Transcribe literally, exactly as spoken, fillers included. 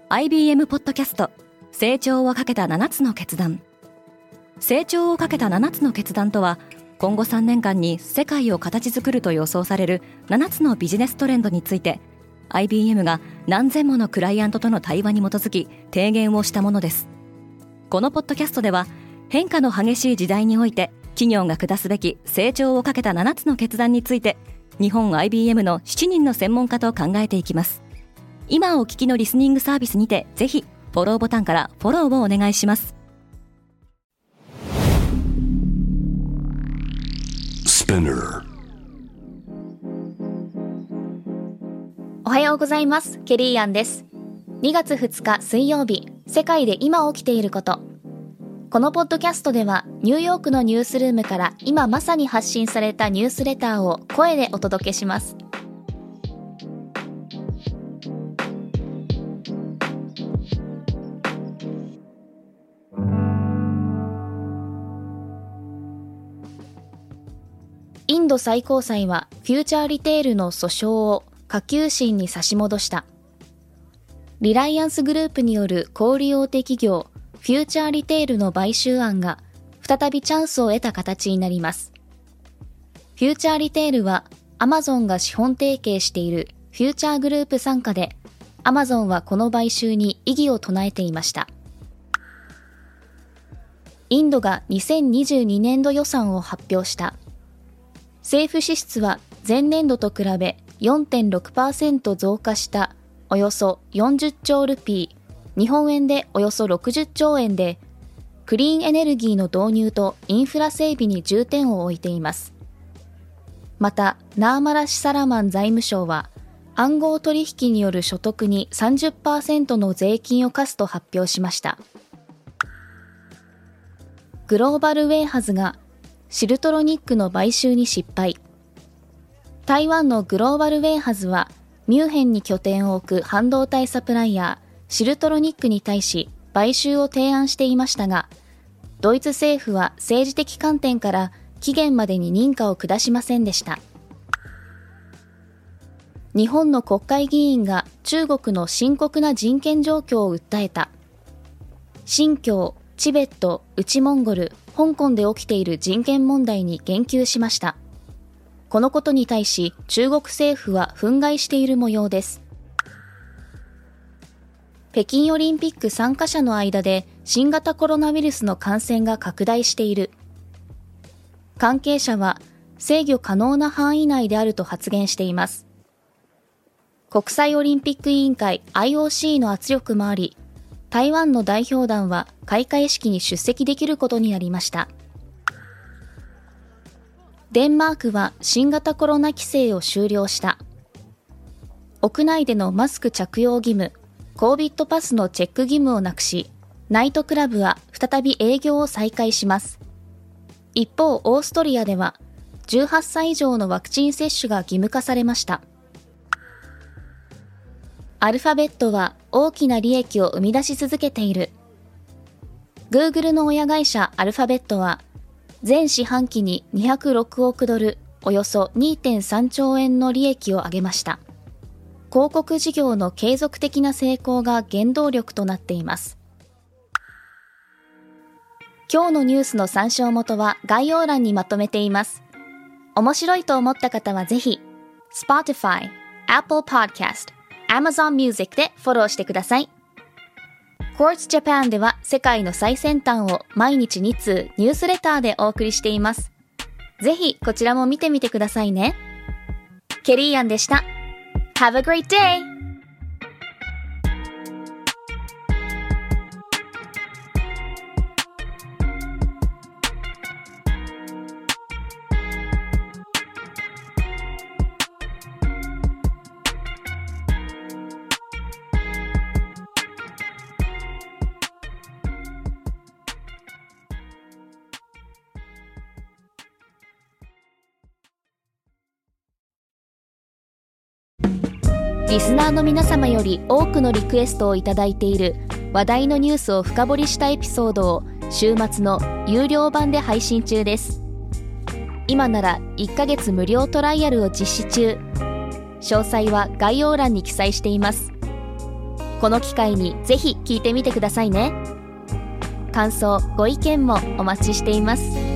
アイビーエム ポッドキャスト成長をかけたななつの決断。成長をかけたななつの決断とは、今後さんねんかんに世界を形作ると予想されるななつのビジネストレンドについて アイビーエム が何千ものクライアントとの対話に基づき提言をしたものです。このポッドキャストでは、変化の激しい時代において企業が下すべき成長をかけたななつの決断について、日本 アイビーエム のしちにんの専門家と考えていきます。今お聞きのリスニングサービスにて、ぜひフォローボタンからフォローをお願いします。 おはようございます。ケリーアンです。にがつふつか水曜日、世界で今起きていること。このポッドキャストでは、ニューヨークのニュースルームから今まさに発信されたニュースレターを声でお届けします。インド最高裁はフューチャーリテールの訴訟を下級審に差し戻した。リライアンスグループによる小売大手企業フューチャーリテールの買収案が再びチャンスを得た形になります。フューチャーリテールはアマゾンが資本提携しているフューチャーグループ傘下で、アマゾンはこの買収に異議を唱えていました。インドがにせんにじゅうにねんど予算を発表した。政府支出は前年度と比べ よんてんろくパーセント 増加したおよそよんじゅっちょうルピー、日本円でおよそろくじゅっちょうえんで、クリーンエネルギーの導入とインフラ整備に重点を置いています。また、ナーマラ・シサラマン財務相は、暗号取引による所得に さんじゅっパーセント の税金を課すと発表しました。グローバルウェイハズがシルトロニックの買収に失敗。台湾のグローバルウェイハズは、ミュンヘンに拠点を置く半導体サプライヤー、シルトロニックに対し買収を提案していましたが、ドイツ政府は政治的観点から期限までに認可を下しませんでした。日本の国会議員が中国の深刻な人権状況を訴えた。新疆、チベット、内モンゴル、香港で起きている人権問題に言及しました。このことに対し中国政府は憤慨している模様です。北京オリンピック参加者の間で新型コロナウイルスの感染が拡大している。関係者は制御可能な範囲内であると発言しています。国際オリンピック委員会 アイオーシー の圧力もあり、台湾の代表団は開会式に出席できることになりました。デンマークは新型コロナ規制を終了した。屋内でのマスク着用義務、コービッドパスのチェック義務をなくし、ナイトクラブは再び営業を再開します。一方、オーストリアではじゅうはっさい以上のワクチン接種が義務化されました。アルファベットは大きな利益を生み出し続けている。Google の親会社アルファベットは、前四半期ににひゃくろくおくドル、およそ にてんさんちょうえんの利益を上げました。広告事業の継続的な成功が原動力となっています。今日のニュースの参照元は概要欄にまとめています。面白いと思った方はぜひ、Spotify、Apple Podcast、Amazon Music でフォローしてください。Quartz Japan では世界の最先端を毎日につうニュースレターでお送りしています。ぜひこちらも見てみてくださいね。ケリーアンでした。Have a great day! リスナーの皆様より多くのリクエストをいただいている話題のニュースを深掘りしたエピソードを週末の有料版で配信中です。今ならいっかげつ無料トライアルを実施中。詳細は概要欄に記載しています。 この機会にぜひ聞いてみてくださいね。感想、ご意見もお待ちしています。